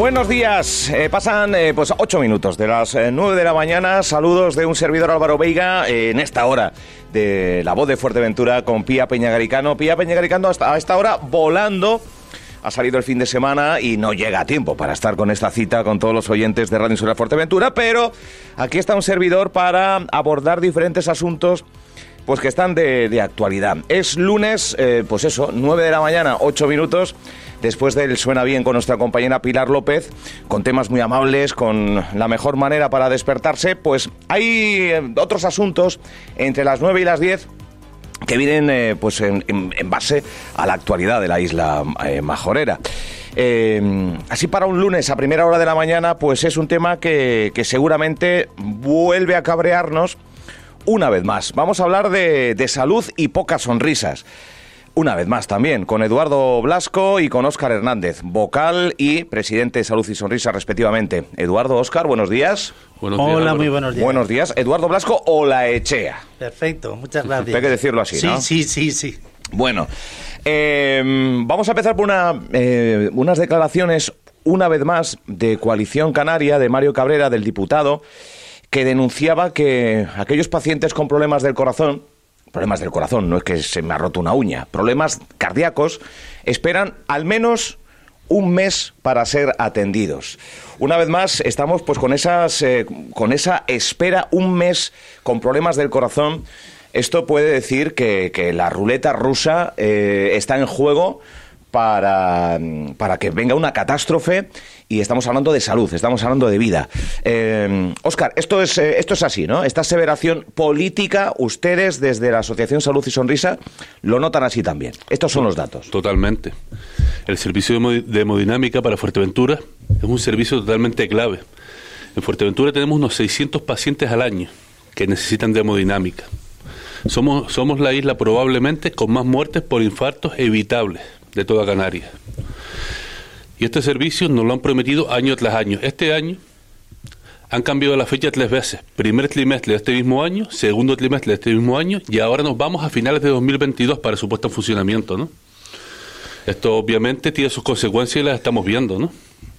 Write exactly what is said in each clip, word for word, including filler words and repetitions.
Buenos días, eh, pasan eh, pues ocho minutos de las eh, nueve de la mañana. Saludos de un servidor Álvaro Veiga eh, en esta hora de La Voz de Fuerteventura con Pía Peñagaricano. Pía Peñagaricano hasta a esta hora volando. Ha salido el fin de semana y no llega a tiempo para estar con esta cita con todos los oyentes de Radio Insular Fuerteventura, pero aquí está un servidor para abordar diferentes asuntos pues que están de, de actualidad. Es lunes, eh, pues eso, nueve de la mañana, ocho minutos, después del Suena Bien con nuestra compañera Pilar López, con temas muy amables, con la mejor manera para despertarse. Pues hay eh, otros asuntos entre las nueve y las diez que vienen eh, pues en, en, en base a la actualidad de la isla eh, majorera. Eh, así para un lunes a primera hora de la mañana, pues es un tema que, que seguramente vuelve a cabrearnos una vez más. Vamos a hablar de, de salud y pocas sonrisas. Una vez más también, con Eduardo Blasco y con Óscar Hernández, vocal y presidente de Salud y Sonrisa respectivamente. Eduardo, Óscar, buenos días. Buenos días. Hola, muy buenos días. Buenos días. Eduardo Blasco Olaechea. Perfecto, muchas gracias. Hay que decirlo así, sí, ¿no? Sí, sí, sí. Bueno, eh, vamos a empezar por una, eh, unas declaraciones, una vez más, de Coalición Canaria, de Mario Cabrera, del diputado, que denunciaba que aquellos pacientes con problemas del corazón, problemas del corazón, no es que se me ha roto una uña, problemas cardíacos, esperan al menos un mes para ser atendidos. Una vez más, estamos pues con esas, eh, con esa espera, un mes con problemas del corazón. Esto puede decir que, que la ruleta rusa eh, está en juego para, para que venga una catástrofe, y estamos hablando de salud, estamos hablando de vida. Eh, Óscar, esto es, eh, esto es así, ¿no? Esta aseveración política, ustedes desde la Asociación Salud y Sonrisa lo notan así también. Estos son los datos. Totalmente. El servicio de hemodinámica para Fuerteventura es un servicio totalmente clave. En Fuerteventura tenemos unos seiscientos pacientes al año que necesitan de hemodinámica. Somos, somos la isla probablemente con más muertes por infartos evitables de toda Canarias. Y este servicio nos lo han prometido año tras año. Este año han cambiado la fecha tres veces. Primer trimestre de este mismo año, segundo trimestre de este mismo año, y ahora nos vamos a finales de dos mil veintidós para su puesta en funcionamiento, ¿no? Esto obviamente tiene sus consecuencias y las estamos viendo, ¿no?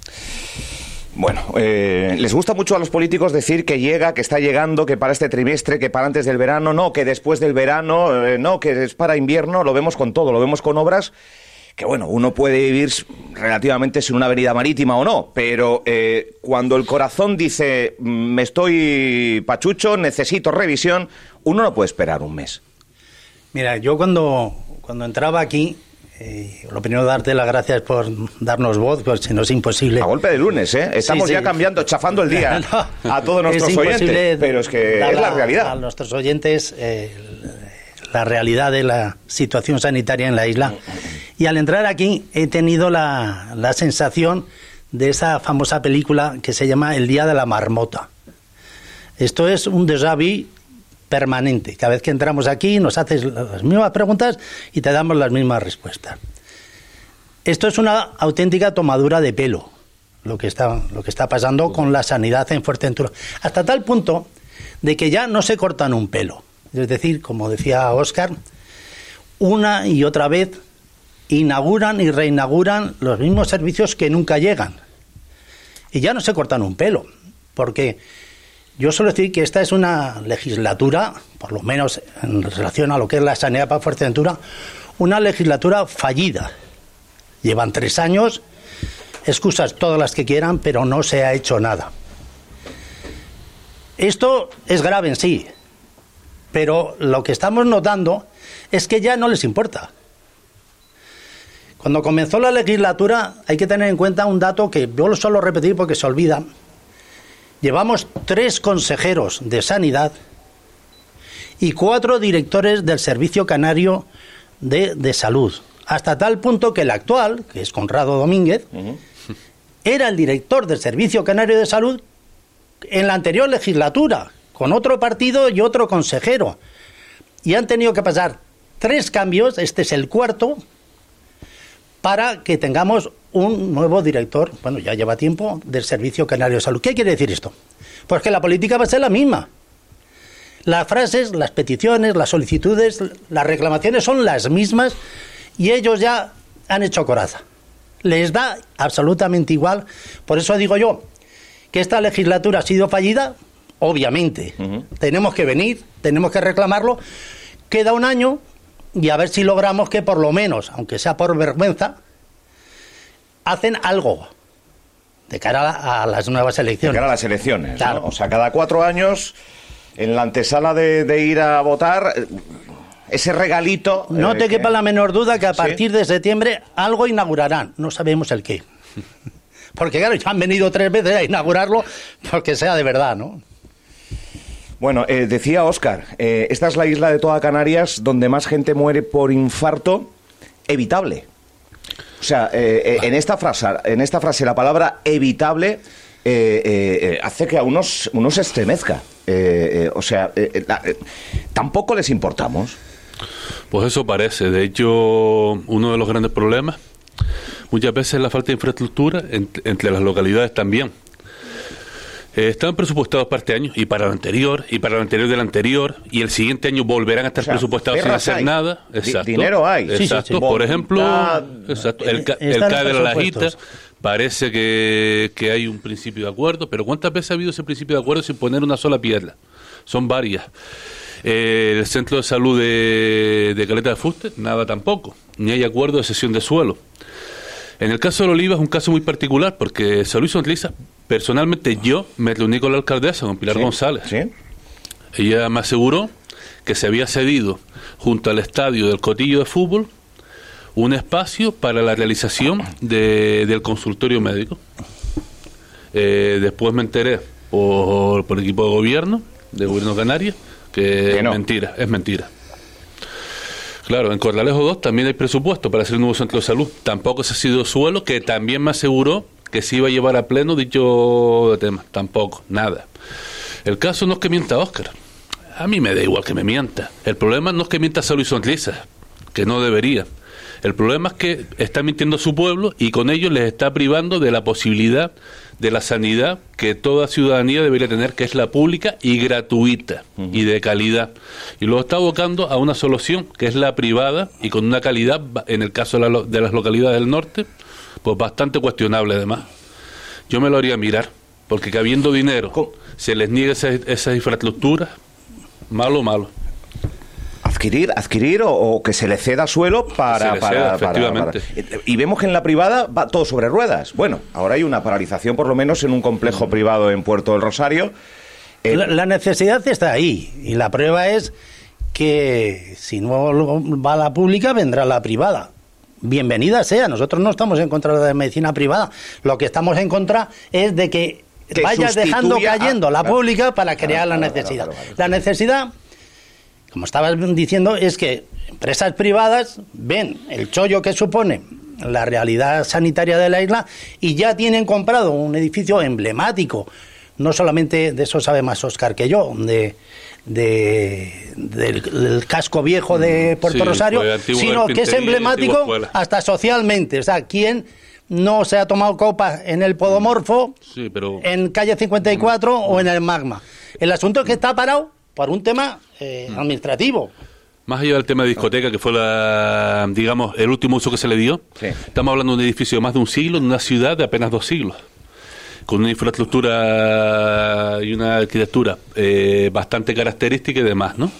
Bueno, eh, les gusta mucho a los políticos decir que llega, que está llegando, que para este trimestre, que para antes del verano, no, que después del verano, eh, no, que es para invierno. Lo vemos con todo, lo vemos con obras que, bueno, uno puede vivir relativamente sin una avenida marítima o no, pero eh, cuando el corazón dice me estoy pachucho, necesito revisión, uno no puede esperar un mes. Mira, yo cuando, cuando entraba aquí, eh, lo primero darte las gracias por darnos voz, pues si no es imposible. A golpe de lunes, ¿eh? Estamos sí, sí. ya cambiando, chafando el día no, a todos nuestros oyentes, pero es que es la realidad. A nuestros oyentes eh, la realidad de la situación sanitaria en la isla. Y al entrar aquí he tenido la, la sensación de esa famosa película que se llama El Día de la Marmota. Esto es un déjà vu permanente. Cada vez que entramos aquí nos haces las mismas preguntas y te damos las mismas respuestas. Esto es una auténtica tomadura de pelo, lo que está, lo que está pasando con la sanidad en Fuerteventura. Hasta tal punto de que ya no se cortan un pelo. Es decir, como decía Óscar, una y otra vez inauguran y reinauguran los mismos servicios que nunca llegan. Y ya no se cortan un pelo, porque yo suelo decir que esta es una legislatura, por lo menos en relación a lo que es la sanidad para Fuerteventura, una legislatura fallida. Llevan tres años, excusas todas las que quieran, pero no se ha hecho nada. Esto es grave en sí, pero lo que estamos notando es que ya no les importa. Cuando comenzó la legislatura hay que tener en cuenta un dato que yo lo suelo repetir porque se olvida. Llevamos tres consejeros de sanidad y cuatro directores del Servicio Canario de, de Salud. Hasta tal punto que el actual, que es Conrado Domínguez, uh-huh. era el director del Servicio Canario de Salud en la anterior legislatura, con otro partido y otro consejero. Y han tenido que pasar tres cambios, este es el cuarto, para que tengamos un nuevo director, bueno, ya lleva tiempo, del Servicio Canario de Salud. ¿Qué quiere decir esto? Pues que la política va a ser la misma. Las frases, las peticiones, las solicitudes, las reclamaciones son las mismas y ellos ya han hecho coraza. Les da absolutamente igual. Por eso digo yo que esta legislatura ha sido fallida, obviamente. Uh-huh. Tenemos que venir, tenemos que reclamarlo. Queda un año y a ver si logramos que por lo menos, aunque sea por vergüenza, hacen algo de cara a, a las nuevas elecciones. De cara a las elecciones, claro. ¿no? O sea, cada cuatro años, en la antesala de, de ir a votar, ese regalito... No eh, te que... quepa la menor duda que a ¿Sí? partir de septiembre algo inaugurarán. No sabemos el qué. Porque claro, ya han venido tres veces a inaugurarlo porque sea de verdad, ¿no? Bueno, eh, decía Óscar, eh, esta es la isla de toda Canarias donde más gente muere por infarto evitable. O sea, eh, eh, en esta frase, en esta frase la palabra evitable eh, eh, hace que a unos, uno se estremezca. Eh, eh, o sea, eh, eh, eh, tampoco les importamos. Pues eso parece. De hecho, uno de los grandes problemas muchas veces es la falta de infraestructura entre, entre las localidades también. Eh, estaban presupuestados para este año y para el anterior y para el anterior del anterior y el siguiente año volverán a estar o sea, presupuestados sin hacer hay. nada. Exacto. Di dinero hay. Exacto. Sí, sí, sí. Por ejemplo, exacto. el, ca el C A E de la Lajita parece que, que hay un principio de acuerdo, pero ¿cuántas veces ha habido ese principio de acuerdo sin poner una sola piedra? Son varias. Eh, el centro de salud de, de Caleta de Fuste, nada tampoco. Ni hay acuerdo de cesión de suelo. En el caso de Oliva es un caso muy particular porque San Luis Sonrisa, personalmente yo me reuní con la alcaldesa, con Pilar ¿Sí? González. ¿Sí? Ella me aseguró que se había cedido junto al estadio del Cotillo de fútbol un espacio para la realización de, del consultorio médico. Eh, después me enteré por, por el equipo de gobierno, de gobierno canario, que, que no. es mentira, es mentira. Claro, en Corralejo dos también hay presupuesto para hacer un nuevo centro de salud. Tampoco se ha sido suelo, que también me aseguró que se iba a llevar a pleno dicho tema. Tampoco, nada. El caso no es que mienta Óscar. A mí me da igual que me mienta. El problema no es que mienta San Luis Sonrisa, que no debería. El problema es que está mintiendo a su pueblo y con ello les está privando de la posibilidad de la sanidad que toda ciudadanía debería tener, que es la pública y gratuita uh-huh. y de calidad. Y lo está abocando a una solución que es la privada y con una calidad, en el caso de, la, de las localidades del norte, pues bastante cuestionable además. Yo me lo haría mirar, porque que habiendo dinero ¿Cómo? se les niega esas esa infraestructuras, malo, malo. Adquirir, adquirir o, o que se le ceda suelo para, para, ceda, para, efectivamente. para, para. Y vemos que en la privada va todo sobre ruedas. Bueno, ahora hay una paralización por lo menos en un complejo privado en Puerto del Rosario. Eh, la, la necesidad está ahí y la prueba es que si no va a la pública vendrá la privada. Bienvenida sea, nosotros no estamos en contra de la medicina privada, lo que estamos en contra es de que, que vayas dejando cayendo a, la claro, pública para crear claro, la necesidad. Claro, claro, claro. La necesidad, como estabas diciendo, es que empresas privadas ven el chollo que supone la realidad sanitaria de la isla y ya tienen comprado un edificio emblemático, no solamente de eso sabe más Óscar que yo, de... De, del, del casco viejo de Puerto sí, Rosario, sino que es emblemático hasta socialmente. O sea, ¿quién no se ha tomado copa en el Podomorfo, sí, pero... en calle cincuenta y cuatro mm. o en el Magma? El asunto es que está parado por un tema eh, mm. administrativo. Más allá del tema de discoteca, que fue la, digamos, el último uso que se le dio, sí. Estamos hablando de un edificio de más de un siglo, en una ciudad de apenas dos siglos, con una infraestructura y una arquitectura eh, bastante característica y demás, ¿no?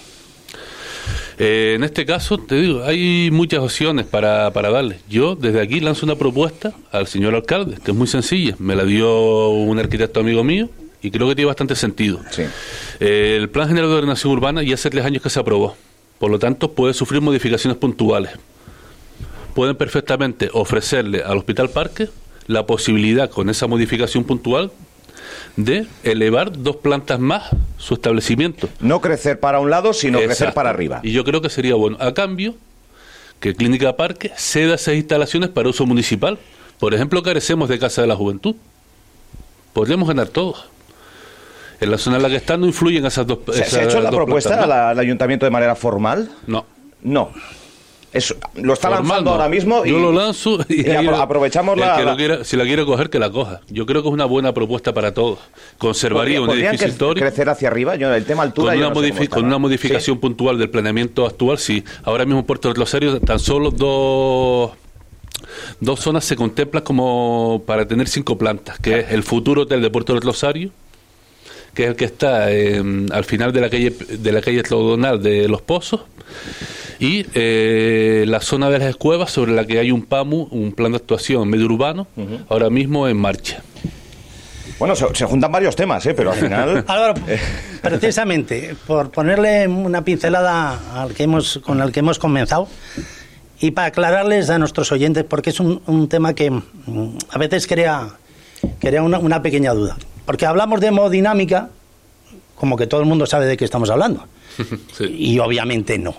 Eh, en este caso, te digo, hay muchas opciones para, para darle. Yo, desde aquí, lanzo una propuesta al señor alcalde, que es muy sencilla. Me la dio un arquitecto amigo mío y creo que tiene bastante sentido. Sí. Eh, el Plan General de Ordenación Urbana ya hace tres años que se aprobó. Por lo tanto, puede sufrir modificaciones puntuales. Pueden perfectamente ofrecerle al Hospital Parque la posibilidad, con esa modificación puntual, de elevar dos plantas más su establecimiento. No crecer para un lado, sino Exacto. crecer para arriba. Y yo creo que sería bueno, a cambio, que Clínica Parque ceda esas instalaciones para uso municipal. Por ejemplo, carecemos de Casa de la Juventud. Podríamos ganar todos. En la zona en la que están no influyen esas dos ¿Se, esas ¿se ha hecho la dos propuesta plantas, ¿no? al, al ayuntamiento de manera formal? No. No. Eso, lo está Formal, lanzando no. ahora mismo y, yo lo lanzo y, y apro aprovechamos la, que la... Lo quiera, si la quiere coger, que la coja. Yo creo que es una buena propuesta para todos. Conservaría un edificio histórico. Crecer hacia arriba. Yo, el tema altura. Con una, yo no sé modifi con una modificación ¿Sí? puntual del planeamiento actual, sí. Ahora mismo en Puerto del Rosario tan solo dos dos zonas se contemplan como para tener cinco plantas, que es el futuro hotel de Puerto del Rosario, que es el que está eh, al final de la calle de la calle Tlaudonal de Los Pozos, y eh, la zona de las Escuevas, sobre la que hay un PAMU, un plan de actuación medio urbano, uh-huh. ahora mismo en marcha. Bueno, se, se juntan varios temas, ¿eh? Pero al final... Álvaro, precisamente, por ponerle una pincelada al que hemos, con el que hemos comenzado, y para aclararles a nuestros oyentes, porque es un, un tema que mm, a veces crea, crea una, una pequeña duda. Porque hablamos de hemodinámica, como que todo el mundo sabe de qué estamos hablando. Sí. Y obviamente no.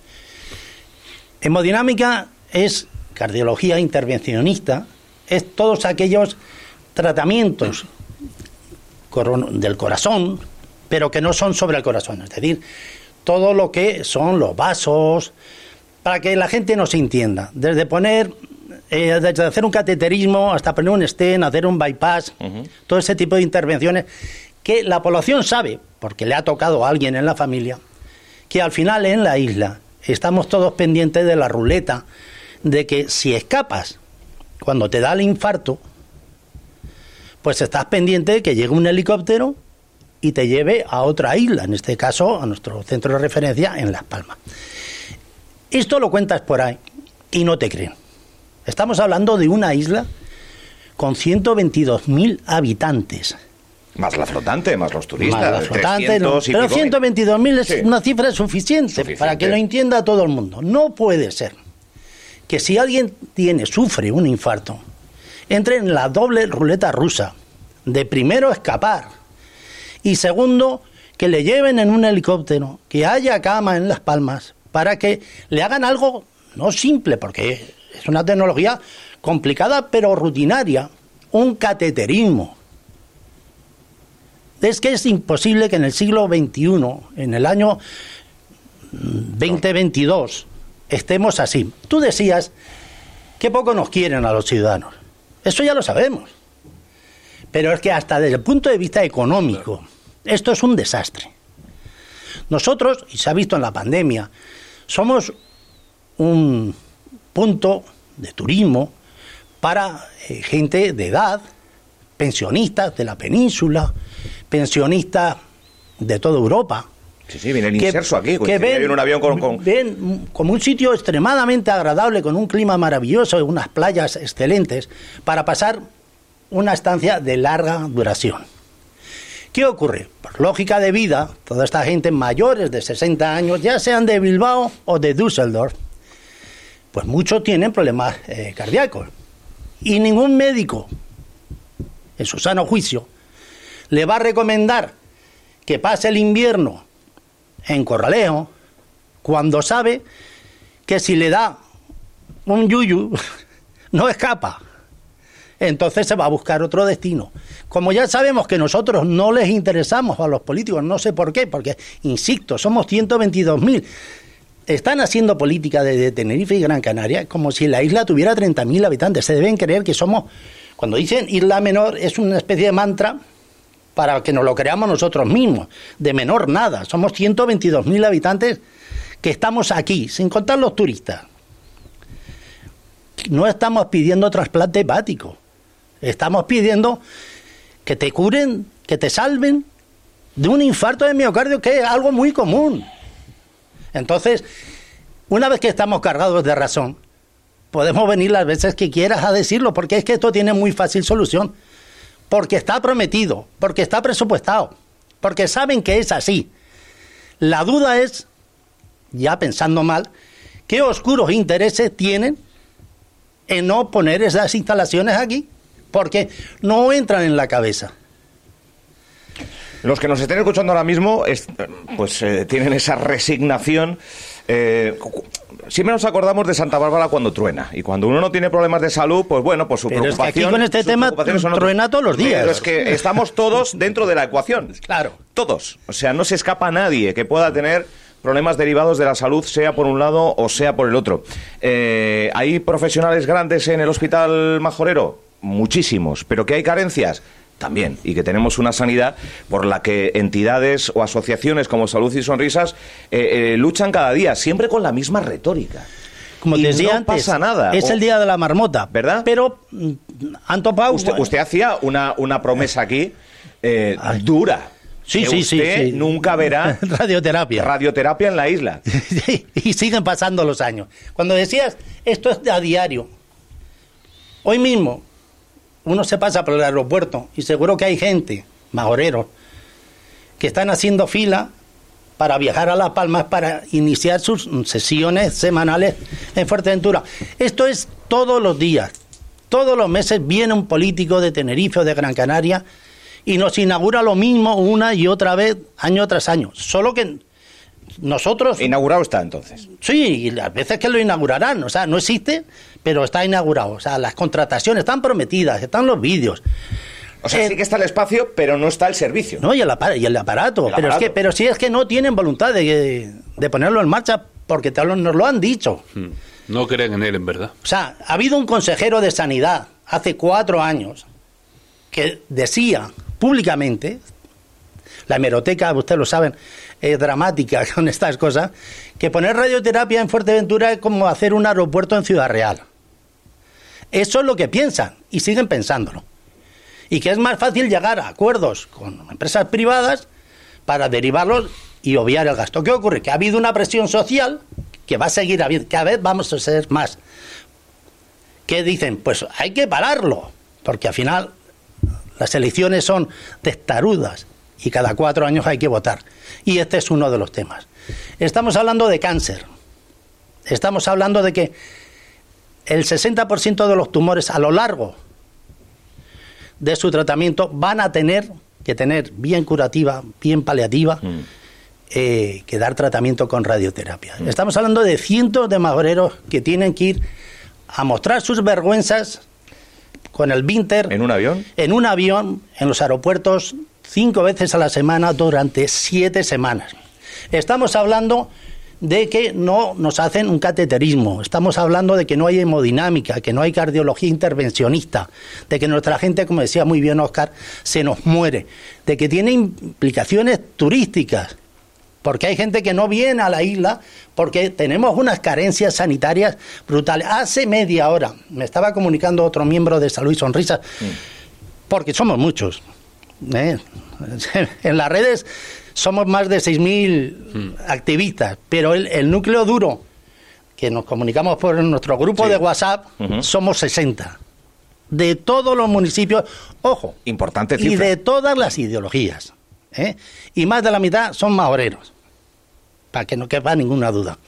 Hemodinámica es cardiología intervencionista, es todos aquellos tratamientos del corazón, pero que no son sobre el corazón, es decir, todo lo que son los vasos, para que la gente no se entienda, desde poner, eh, desde hacer un cateterismo hasta poner un stent, hacer un bypass, uh-huh. todo ese tipo de intervenciones que la población sabe, porque le ha tocado a alguien en la familia, que al final en la isla estamos todos pendientes de la ruleta, de que si escapas cuando te da el infarto, pues estás pendiente de que llegue un helicóptero y te lleve a otra isla, en este caso a nuestro centro de referencia en Las Palmas. Esto lo cuentas por ahí y no te creen. Estamos hablando de una isla con ciento veintidós mil habitantes. Más la flotante, más los turistas. Más la flotante, no. Pero ciento veintidós mil es sí. una cifra suficiente, suficiente para que lo entienda todo el mundo. No puede ser que si alguien tiene, sufre un infarto, entre en la doble ruleta rusa de primero escapar y segundo que le lleven en un helicóptero, que haya cama en Las Palmas para que le hagan algo no simple, porque es una tecnología complicada pero rutinaria, un cateterismo. Es que es imposible que en el siglo veintiuno, en el año veinte veintidós, estemos así. Tú decías que poco nos quieren a los ciudadanos. Eso ya lo sabemos. Pero es que hasta desde el punto de vista económico, esto es un desastre. Nosotros, y se ha visto en la pandemia, somos un punto de turismo para eh, gente de edad, pensionistas de la península, pensionistas de toda Europa. Sí, sí, viene el inserso aquí, que ven, viene un avión con, con... ven como un sitio extremadamente agradable, con un clima maravilloso y unas playas excelentes, para pasar una estancia de larga duración. ¿Qué ocurre? Por lógica de vida, toda esta gente mayores de sesenta años, ya sean de Bilbao o de Düsseldorf, pues muchos tienen problemas eh, cardíacos. Y ningún médico, en su sano juicio, le va a recomendar que pase el invierno en Corralejo, cuando sabe que si le da un yuyu, no escapa. Entonces se va a buscar otro destino. Como ya sabemos que nosotros no les interesamos a los políticos, no sé por qué, porque, insisto, somos ciento veintidós mil. Están haciendo política desde Tenerife y Gran Canaria como si la isla tuviera treinta mil habitantes. Se deben creer que somos, cuando dicen isla menor, es una especie de mantra para que nos lo creamos nosotros mismos. De menor nada, somos ciento veintidós mil habitantes que estamos aquí, sin contar los turistas. No estamos pidiendo trasplante hepático, estamos pidiendo que te curen, que te salven de un infarto de miocardio, que es algo muy común. Entonces, una vez que estamos cargados de razón, podemos venir las veces que quieras a decirlo, porque es que esto tiene muy fácil solución. Porque está prometido, porque está presupuestado, porque saben que es así. La duda es, ya pensando mal, qué oscuros intereses tienen en no poner esas instalaciones aquí, porque no entran en la cabeza. Los que nos estén escuchando ahora mismo, es, pues eh, tienen esa resignación. Eh, siempre nos acordamos de Santa Bárbara cuando truena, y cuando uno no tiene problemas de salud, pues bueno, pues su pero preocupación... Es que aquí con este tema truena todos los días. Pero es que estamos todos dentro de la ecuación. Claro. Todos. O sea, no se escapa nadie que pueda tener problemas derivados de la salud, sea por un lado o sea por el otro. Eh, ¿Hay profesionales grandes en el Hospital Majorero? Muchísimos. ¿Pero que hay carencias? También, y que tenemos una sanidad por la que entidades o asociaciones como Salud y Sonrisas eh, eh, luchan cada día, siempre con la misma retórica. como te y decía no antes, pasa nada. es o... el día de la marmota, ¿verdad? Pero mm, han topado... Usted, usted hacía una, una promesa aquí eh, dura. Sí, que sí, usted sí, sí. nunca verá radioterapia. radioterapia en la isla. Y siguen pasando los años. Cuando decías, esto es a diario. Hoy mismo, uno se pasa por el aeropuerto y seguro que hay gente, majoreros, que están haciendo fila para viajar a Las Palmas para iniciar sus sesiones semanales en Fuerteventura. Esto es todos los días. Todos los meses viene un político de Tenerife o de Gran Canaria y nos inaugura lo mismo una y otra vez, año tras año. Solo que nosotros... Inaugurado está, entonces. Sí, y las veces que lo inaugurarán. O sea, no existe, pero está inaugurado. O sea, las contrataciones están prometidas, están los vídeos. O sea, Eh, sí que está el espacio, pero no está el servicio. No, y el, aparato, y el aparato. El pero, aparato. Es que, pero si es que no tienen voluntad de, de ponerlo en marcha, porque te lo, nos lo han dicho. Mm. No creen en él, en verdad. O sea, ha habido un consejero de Sanidad hace cuatro años que decía públicamente, la hemeroteca, ustedes lo saben, es dramática con estas cosas, que poner radioterapia en Fuerteventura es como hacer un aeropuerto en Ciudad Real. Eso es lo que piensan y siguen pensándolo. Y que es más fácil llegar a acuerdos con empresas privadas para derivarlos y obviar el gasto. ¿Qué ocurre? Que ha habido una presión social que va a seguir habiendo, cada vez vamos a ser más. Que dicen, pues hay que pararlo, porque al final las elecciones son testarudas y cada cuatro años hay que votar. Y este es uno de los temas. Estamos hablando de cáncer. Estamos hablando de que el sesenta por ciento de los tumores a lo largo de su tratamiento van a tener que tener bien curativa, bien paliativa, mm. eh, que dar tratamiento con radioterapia. Mm. Estamos hablando de cientos de majoreros que tienen que ir a mostrar sus vergüenzas con el Vinter. ¿En un avión? En un avión, en los aeropuertos, cinco veces a la semana durante siete semanas. Estamos hablando de que no nos hacen un cateterismo, estamos hablando de que no hay hemodinámica, que no hay cardiología intervencionista, de que nuestra gente, como decía muy bien Óscar, se nos muere, de que tiene implicaciones turísticas, porque hay gente que no viene a la isla porque tenemos unas carencias sanitarias brutales. Hace media hora me estaba comunicando otro miembro de Salud y Sonrisas, mm. porque somos muchos, ¿eh? En las redes somos más de seis mil mm. activistas, pero el, el núcleo duro, que nos comunicamos por nuestro grupo sí. de WhatsApp, uh-huh. somos sesenta. De todos los municipios, ojo, importante cifra. Y de todas las ideologías. ¿eh? Y más de la mitad son majoreros, para que no quepa ninguna duda.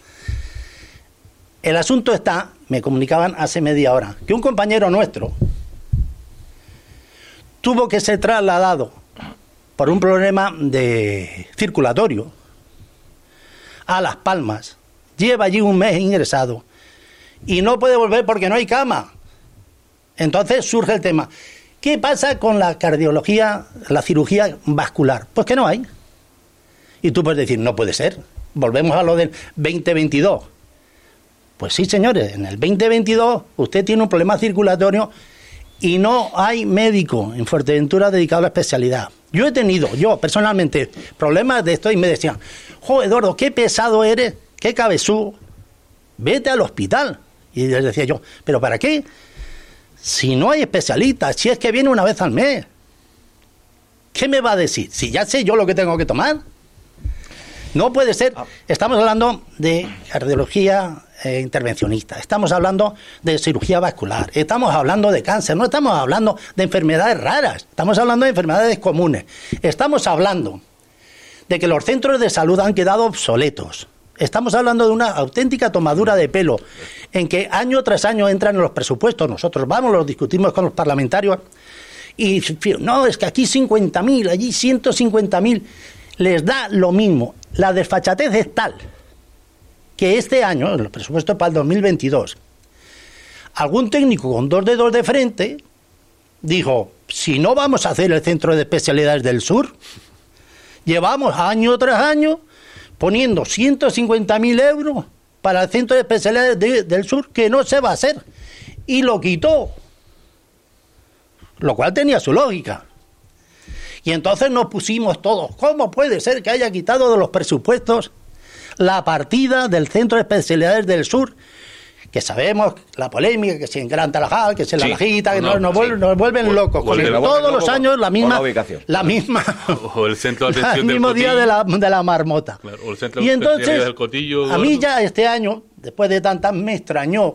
El asunto está, me comunicaban hace media hora, que un compañero nuestro tuvo que ser trasladado por un problema de circulatorio a Las Palmas, lleva allí un mes ingresado y no puede volver porque no hay cama. Entonces surge el tema, ¿qué pasa con la cardiología, la cirugía vascular? Pues que no hay. Y tú puedes decir, no puede ser, volvemos a lo del veinte veintidós. Pues sí, señores, en el veinte veintidós usted tiene un problema circulatorio y no hay médico en Fuerteventura dedicado a la especialidad. Yo he tenido, yo personalmente, problemas de esto y me decían, jo, Eduardo, qué pesado eres, qué cabezú, vete al hospital. Y les decía yo, ¿pero para qué? Si no hay especialistas, si es que viene una vez al mes. ¿Qué me va a decir? Si ya sé yo lo que tengo que tomar. No puede ser. Estamos hablando de cardiología eh, intervencionista, estamos hablando de cirugía vascular, estamos hablando de cáncer, no estamos hablando de enfermedades raras, estamos hablando de enfermedades comunes, estamos hablando de que los centros de salud han quedado obsoletos, estamos hablando de una auténtica tomadura de pelo, en que año tras año entran en los presupuestos, nosotros vamos, los discutimos con los parlamentarios, y no, es que aquí cincuenta mil, allí ciento cincuenta mil, les da lo mismo. La desfachatez es tal que este año, en los presupuestos para el dos mil veintidós, algún técnico con dos dedos de frente dijo, si no vamos a hacer el Centro de Especialidades del Sur, llevamos año tras año poniendo ciento cincuenta mil euros para el Centro de Especialidades de, del Sur, que no se va a hacer, y lo quitó, lo cual tenía su lógica. Y entonces nos pusimos todos, ¿cómo puede ser que haya quitado de los presupuestos la partida del Centro de Especialidades del Sur, que sabemos la polémica, que si en Gran Tarajal, que si en Sí. la Bajita, que No, nos, nos sí. vuelven, nos vuelven O- locos. o Con el el- de la- todos los o- años la o misma, la ubicación. la misma, O el centro de atención el del mismo día Cotillo. de la, de la marmota. Claro, o el centro Y de entonces, del Cotillo, a mí Eduardo. ya este año, después de tantas, me extrañó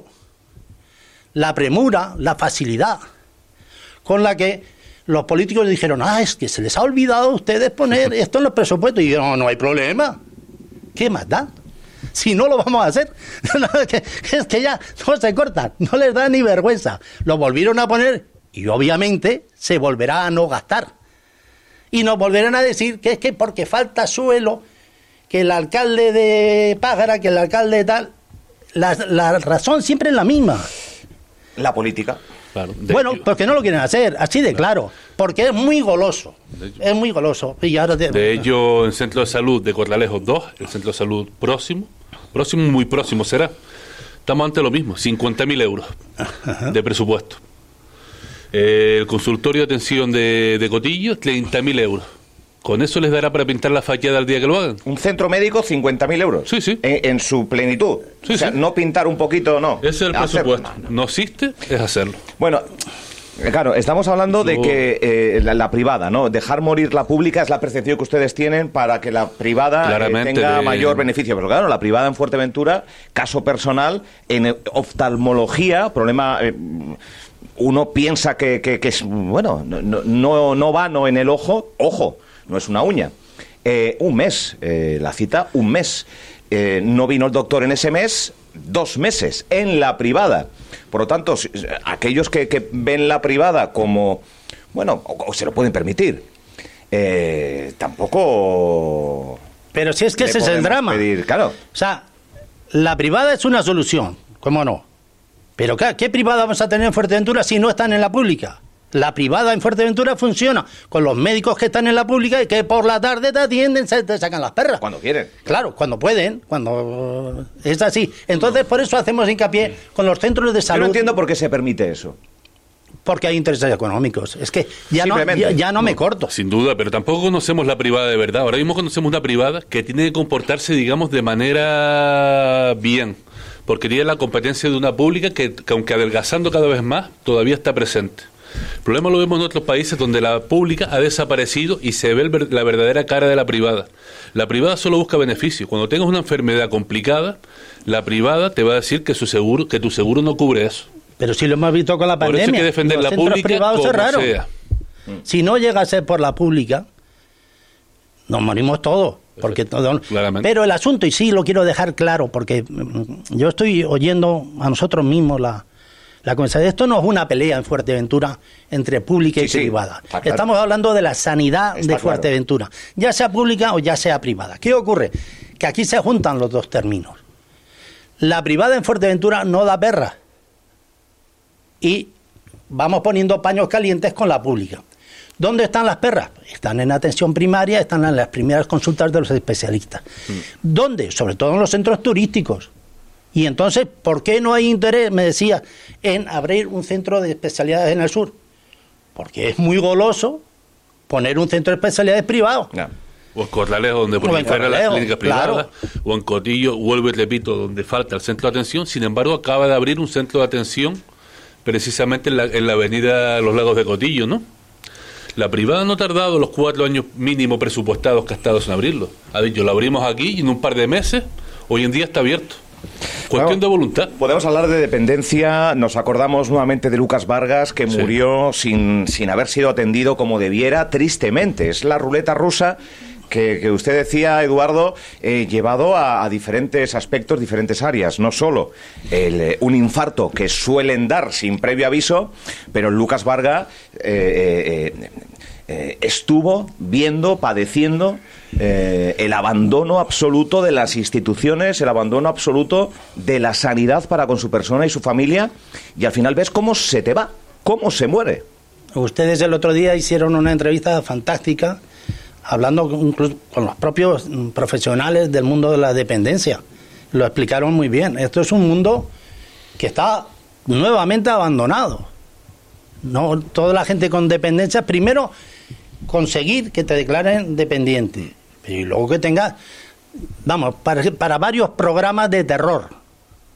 la premura, la facilidad con la que los políticos dijeron, ah, es que se les ha olvidado a ustedes poner esto en los presupuestos. Y yo, no, no hay problema. ¿Qué más da? Si no lo vamos a hacer, que- es que ya no se cortan, no les da ni vergüenza. Lo volvieron a poner y obviamente se volverá a no gastar. Y nos volverán a decir que es que porque falta suelo, que el alcalde de Pájara, que el alcalde de tal, la, la razón siempre es la misma. La política. Claro, de Bueno, hecho- porque no lo quieren hacer, así de claro, porque es muy goloso, es muy goloso. Y ahora te- De ello, el Centro de Salud de Corralejos dos, el Centro de Salud próximo, próximo, muy próximo será. Estamos ante lo mismo, cincuenta mil euros de presupuesto. Eh, el consultorio de atención de, de Cotillo, treinta mil euros. ¿Con eso les dará para pintar la fachada al día que lo hagan? Un centro médico, cincuenta mil euros. Sí, sí. En, en su plenitud. Sí, o sea, sí. no pintar un poquito, no. Ese es el Hacer- presupuesto. no, no. No existe, es hacerlo. Bueno, claro, estamos hablando de Yo- que eh, la, la privada, ¿no? Dejar morir la pública es la percepción que ustedes tienen para que la privada eh, Claramente, tenga de- mayor beneficio. Pero claro, la privada en Fuerteventura, caso personal, en eh, oftalmología, problema... eh, uno piensa que, que- que es, bueno, no, no- no, no va no en el ojo, ojo, no es una uña. Eh, un mes, eh, la cita, un mes. Eh, no vino el doctor en ese mes, dos meses, en la privada. Por lo tanto, si- aquellos que, que ven la privada como, bueno, o, o se lo pueden permitir, eh, tampoco... Pero si es que le ese es el podemos drama. pedir, claro. O sea, la privada es una solución, ¿cómo no? Pero ¿qué, qué privada vamos a tener en Fuerteventura si no están en la pública? La privada en Fuerteventura funciona con los médicos que están en la pública y que por la tarde te atienden, se te sacan las perras. Cuando quieren. Claro, cuando pueden, cuando es así. Entonces, por eso hacemos hincapié con los centros de Yo salud. no entiendo por qué se permite eso. Porque hay intereses económicos. Es que ya no, Simplemente. ya, ya no me corto. Sin duda, pero tampoco conocemos la privada de verdad. Ahora mismo conocemos una privada que tiene que comportarse, digamos, de manera bien, porque tiene la competencia de una pública que, que aunque adelgazando cada vez más, todavía está presente. El problema lo vemos en otros países donde la pública ha desaparecido y se ve el ver- la verdadera cara de la privada. La privada solo busca beneficios. Cuando tengas una enfermedad complicada, la privada te va a decir que su seguro, que tu seguro no cubre eso. Pero si lo hemos visto con la Por pandemia. eso hay que defender los la centros pública privados como cerraron. sea. Si no llega a ser por la pública, nos morimos todos. Porque todo... Claramente. Pero el asunto, y sí lo quiero dejar claro, porque mm, yo estoy oyendo a nosotros mismos la, la conversación. Esto no es una pelea en Fuerteventura entre pública Sí, y sí, privada. está claro. Estamos hablando de la sanidad Está de Fuerteventura, ya sea pública o ya sea privada. ¿Qué ocurre? Que aquí se juntan los dos términos. La privada en Fuerteventura no da perra. Y vamos poniendo paños calientes con la pública. ¿Dónde están las perras? Están en atención primaria, están en las primeras consultas de los especialistas. ¿Dónde? Sobre todo en los centros turísticos. Y entonces, ¿por qué no hay interés, me decía, en abrir un centro de especialidades en el sur? Porque es muy goloso poner un centro de especialidades privado. No. O en Corralejo, donde O en proliferan las Corralejo, clínicas claro. privadas, o en Cotillo, vuelvo y repito, donde falta el centro de atención. Sin embargo, acaba de abrir un centro de atención precisamente en la, en la avenida Los Lagos de Cotillo, ¿no? La privada no ha tardado los cuatro años mínimo presupuestados gastados en abrirlo. Ha dicho, lo abrimos aquí y en un par de meses, hoy en día está abierto. Cuestión Bueno, de voluntad. Podemos hablar de dependencia. Nos acordamos nuevamente de Lucas Vargas, que Sí. murió sin, sin haber sido atendido como debiera, tristemente. Es la ruleta rusa que, que usted decía, Eduardo, eh, llevado a, a diferentes aspectos, diferentes áreas. No solo el, eh, un infarto que suelen dar sin previo aviso, pero Lucas Vargas eh, eh, eh, estuvo viendo, padeciendo eh, el abandono absoluto de las instituciones, el abandono absoluto de la sanidad para con su persona y su familia, y al final ves cómo se te va, cómo se muere. Ustedes el otro día hicieron una entrevista fantástica hablando incluso con los propios mm, profesionales del mundo de la dependencia. Lo explicaron muy bien. Esto es un mundo que está nuevamente abandonado. No, toda la gente con dependencia, primero conseguir que te declaren dependiente, y luego que tengas, vamos, para, para varios programas de terror.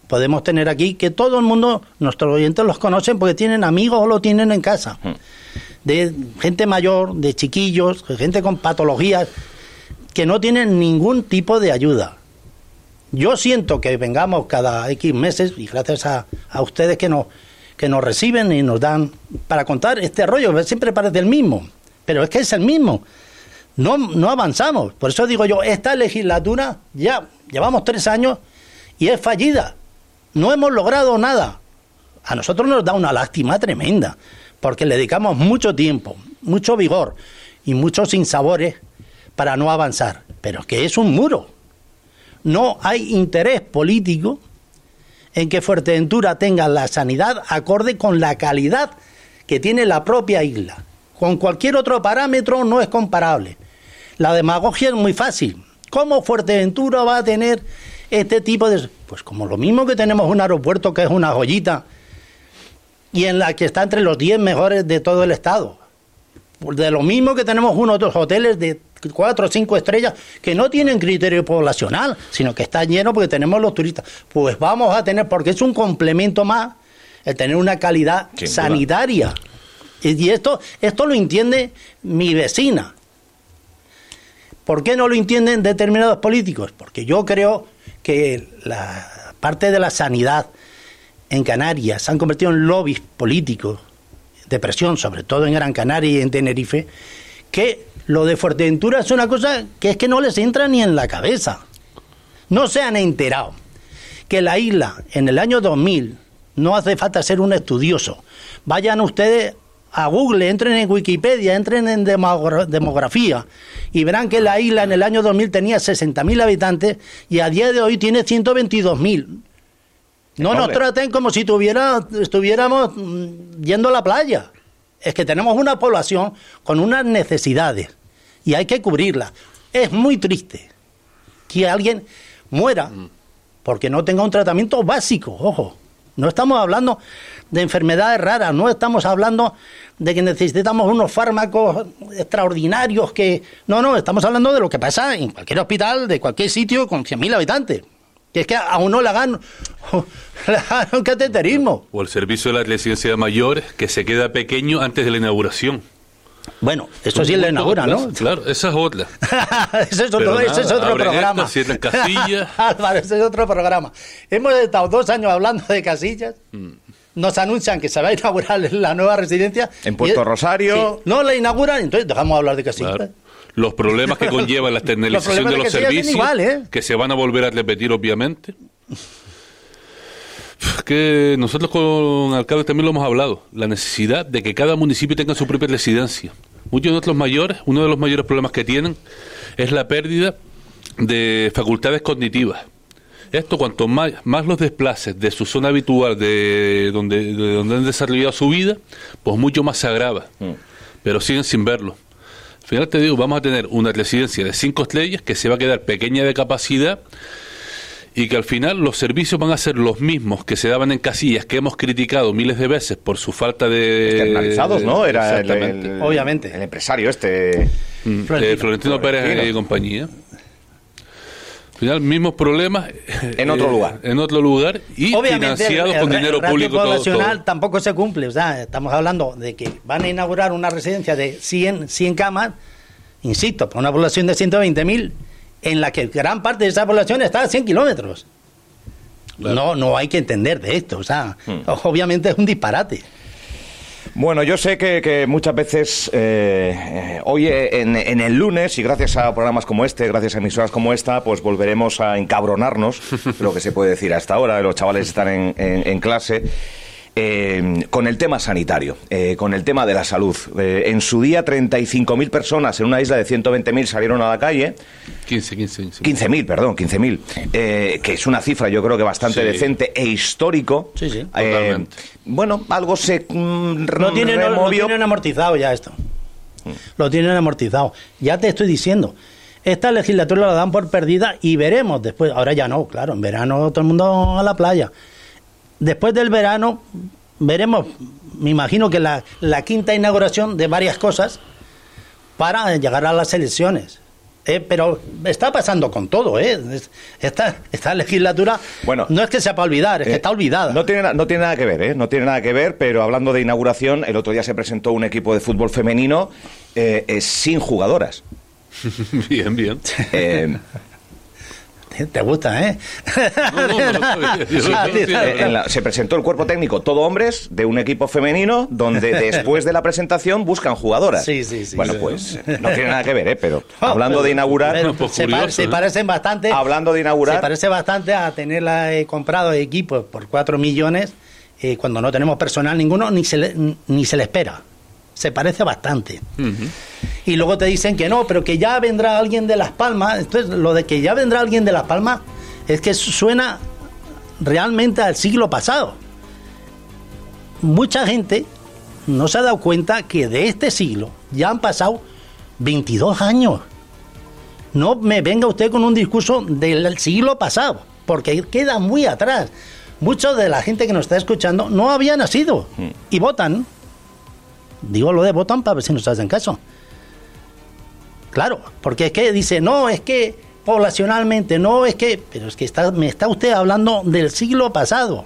podemos tener aquí, que todo el mundo, nuestros oyentes los conocen porque tienen amigos o lo tienen en casa, de gente mayor, de chiquillos, de gente con patologías, que no tienen ningún tipo de ayuda. Yo siento que vengamos cada X meses, y gracias a, a ustedes que nos, que nos reciben y nos dan para contar este rollo, siempre parece el mismo, pero es que es el mismo. No, no avanzamos. Por eso digo yo, esta legislatura ya llevamos tres años y es fallida. No hemos logrado nada. A nosotros nos da una lástima tremenda, porque le dedicamos mucho tiempo, mucho vigor y muchos sinsabores para no avanzar. Pero que es un muro. No hay interés político en que Fuerteventura tenga la sanidad acorde con la calidad que tiene la propia isla. Con cualquier otro parámetro no es comparable. La demagogia es muy fácil. ¿Cómo Fuerteventura va a tener este tipo de...? Pues como lo mismo que tenemos un aeropuerto que es una joyita y en la que está entre los diez mejores de todo el estado. De lo mismo que tenemos unos otros hoteles de cuatro o cinco estrellas que no tienen criterio poblacional, sino que están llenos porque tenemos los turistas. Pues vamos a tener, porque es un complemento más, el tener una calidad Sin sanitaria. Duda. Y esto, esto lo entiende mi vecina. ¿Por qué no lo entienden determinados políticos? Porque yo creo que la parte de la sanidad en Canarias se han convertido en lobbies políticos de presión, sobre todo en Gran Canaria y en Tenerife, que lo de Fuerteventura es una cosa que es que no les entra ni en la cabeza. No se han enterado que la isla en el año dos mil, no hace falta ser un estudioso, vayan ustedes a Google, entren en Wikipedia, entren en demografía y verán que la isla en el año dos mil tenía sesenta mil habitantes y a día de hoy tiene ciento veintidós mil. No nos traten como si tuviera, estuviéramos yendo a la playa. Es que tenemos una población con unas necesidades y hay que cubrirlas. Es muy triste que alguien muera porque no tenga un tratamiento básico, ojo. No estamos hablando de enfermedades raras, no estamos hablando de que necesitamos unos fármacos extraordinarios que... No, no, estamos hablando de lo que pasa en cualquier hospital, de cualquier sitio con cien mil habitantes. Que es que a uno le hagan, le hagan un cateterismo. O el servicio de la residencia de mayores, que se queda pequeño antes de la inauguración. Bueno, eso sí la inaugura, ¿no? Claro, esa es otra. ese es otro, ese es otro programa. Esto, cierran casillas. Álvaro, ese es otro programa. Hemos estado dos años hablando de casillas. Mm. Nos anuncian que se va a inaugurar la nueva residencia. En Puerto y, Rosario. Sí, no la inauguran, entonces dejamos de hablar de casillas. Claro. Los problemas que conlleva la externalización de, de los servicios, igual, ¿eh? Que se van a volver a repetir, obviamente. Que nosotros con alcaldes también lo hemos hablado, la necesidad de que cada municipio tenga su propia residencia. Muchos de nuestros mayores, uno de los mayores problemas que tienen es la pérdida de facultades cognitivas. Esto, cuanto más, más los desplaces de su zona habitual, de donde, de donde han desarrollado su vida, pues mucho más se agrava. Mm. Pero siguen sin verlo. Al final te digo, vamos a tener una residencia de cinco estrellas que se va a quedar pequeña de capacidad y que al final los servicios van a ser los mismos que se daban en casillas, que hemos criticado miles de veces por su falta de... Externalizados, ¿no? Era el, el, obviamente. El empresario este... Mm, Florentino, eh, Florentino Pérez Florentino. y compañía. Al final, mismos problemas... En otro eh, lugar. En otro lugar y obviamente, financiados el, con el, dinero el público. El poblacional todo. tampoco se cumple. O sea, estamos hablando de que van a inaugurar una residencia de cien, cien camas, insisto, para una población de ciento veinte mil, en la que gran parte de esa población está a cien kilómetros. Claro. No, no hay que entender de esto. O sea, hmm. obviamente es un disparate. Bueno, yo sé que, que muchas veces, eh, eh, hoy en, en el lunes, y gracias a programas como este, gracias a emisoras como esta, pues volveremos a encabronarnos, lo que se puede decir hasta ahora, los chavales están en, en, en clase, eh, con el tema sanitario, eh, con el tema de la salud. Eh, en su día, treinta y cinco mil personas en una isla de ciento veinte mil salieron a la calle. quince, quince, quince. quince mil, perdón, quince mil. Eh, que es una cifra, yo creo que bastante sí. decente e histórico. Sí, sí, eh, totalmente. Bueno, algo se mm, lo tienen, removió. Lo tienen amortizado ya esto. Mm. Lo tienen amortizado. Ya te estoy diciendo. Esta legislatura la dan por perdida y veremos después. Ahora ya no, claro. En verano todo el mundo a la playa. Después del verano veremos, me imagino que la, la quinta inauguración de varias cosas para llegar a las elecciones. Eh, pero está pasando con todo, ¿eh? Esta, esta legislatura bueno, no es que sea para olvidar, es eh, que está olvidada. No tiene, no tiene nada que ver, ¿eh? No tiene nada que ver, pero hablando de inauguración, el otro día se presentó un equipo de fútbol femenino eh, eh, sin jugadoras. Bien, bien. Eh, Te gusta, ¿eh? No, no, no lo sabía. Yo Sí, no lo sabía. eh, en la- se presentó el cuerpo técnico todo hombres de un equipo femenino donde después de la presentación buscan jugadoras. Sí, sí, sí. Bueno, Sí. pues eh, no tiene nada que ver, ¿eh? Pero hablando de inaugurar, Pero pues, se, curioso, pa- se ¿eh? parecen bastante. hablando de Se inaugurar, parece bastante a tenerla eh, comprado equipos por cuatro millones eh, cuando no tenemos personal ninguno, ni se le, ni se le espera. Se parece bastante. Ujú. Y luego te dicen que no, pero que ya vendrá alguien de Las Palmas. Entonces, lo de que ya vendrá alguien de Las Palmas es que suena realmente al siglo pasado. Mucha gente no se ha dado cuenta que de este siglo ya han pasado veintidós años. No me venga usted con un discurso del siglo pasado, porque queda muy atrás. Mucha de la gente que nos está escuchando no había nacido y votan. Digo lo de votan para ver si nos hacen caso. Claro, porque es que dice, no, es que poblacionalmente, no, es que... Pero es que está, me está usted hablando del siglo pasado.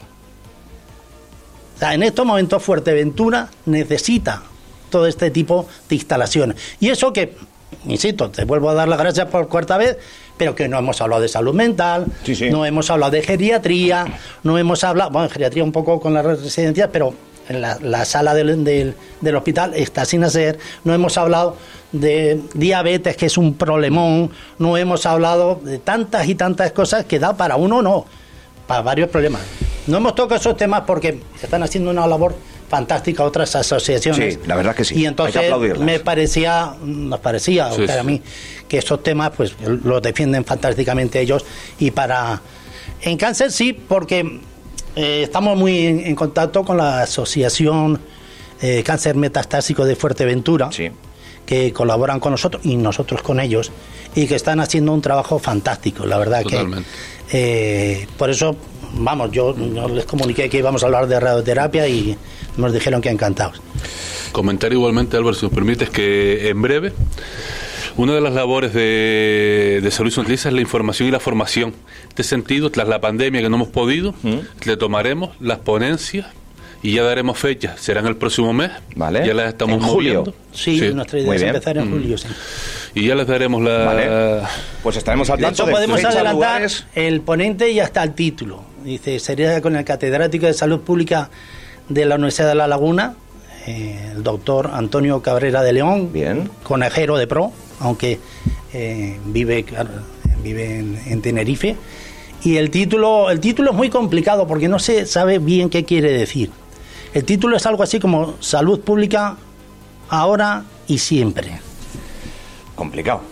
O sea, en estos momentos Fuerteventura necesita todo este tipo de instalaciones. Y eso que, insisto, te vuelvo a dar las gracias por cuarta vez, pero que no hemos hablado de salud mental, Sí, sí. no hemos hablado de geriatría, no hemos hablado, bueno, geriatría un poco con las residencias, pero en la, la sala del, del, del hospital está sin hacer, no hemos hablado de diabetes, que es un problemón, no hemos hablado de tantas y tantas cosas que da para uno, no, para varios problemas. No hemos tocado esos temas porque están haciendo una labor fantástica otras asociaciones. Sí, la verdad que sí. Y Hay que entonces aplaudirlas. me parecía, nos parecía, Sí, o sea, sí. a mí, que esos temas pues los defienden fantásticamente ellos. Y para... En cáncer sí, porque eh, estamos muy en, en contacto con la Asociación eh, Cáncer Metastásico de Fuerteventura, sí. que colaboran con nosotros y nosotros con ellos, y que están haciendo un trabajo fantástico, la verdad. Totalmente. Que eh, por eso, vamos, yo, yo les comuniqué que íbamos a hablar de radioterapia y nos dijeron que encantados. Comentar igualmente, Álvaro, si nos permites, que en breve una de las labores de, de Salud y Sonrisa es la información y la formación. En este sentido, tras la pandemia que no hemos podido, ¿Mm? le tomaremos las ponencias y ya daremos fechas. Serán el próximo mes. Vale. Ya las estamos ¿En julio? moviendo. Sí, nuestra idea muy es bien. empezar en Mm. julio, sí. Y ya les daremos la... Vale. Pues estaremos al De tanto hecho, de podemos fechas, adelantar lugares. el ponente y hasta el título. Dice, sería con el catedrático de Salud Pública de la Universidad de La Laguna, eh, el doctor Antonio Cabrera de León, Bien. conejero de pro, aunque eh, vive, claro, vive en, en Tenerife. Y el título, el título es muy complicado porque no se sabe bien qué quiere decir. El título es algo así como Salud Pública ahora y siempre. Complicado.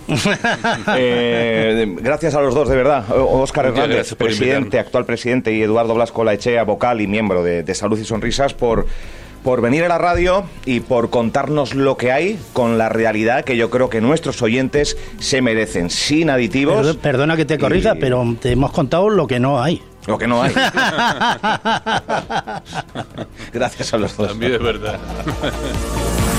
Eh, gracias a los dos, de verdad. O- Óscar Muchas Hernández, gracias por presidente, invitarme. actual presidente, y Eduardo Blasco Laechea, vocal y miembro de, de Salud y Sonrisas, por, por venir a la radio y por contarnos lo que hay con la realidad que yo creo que nuestros oyentes se merecen, sin aditivos. Perdona, perdona que te corrija, y- pero te hemos contado lo que no hay. Lo que no hay. Gracias a los dos. También es verdad.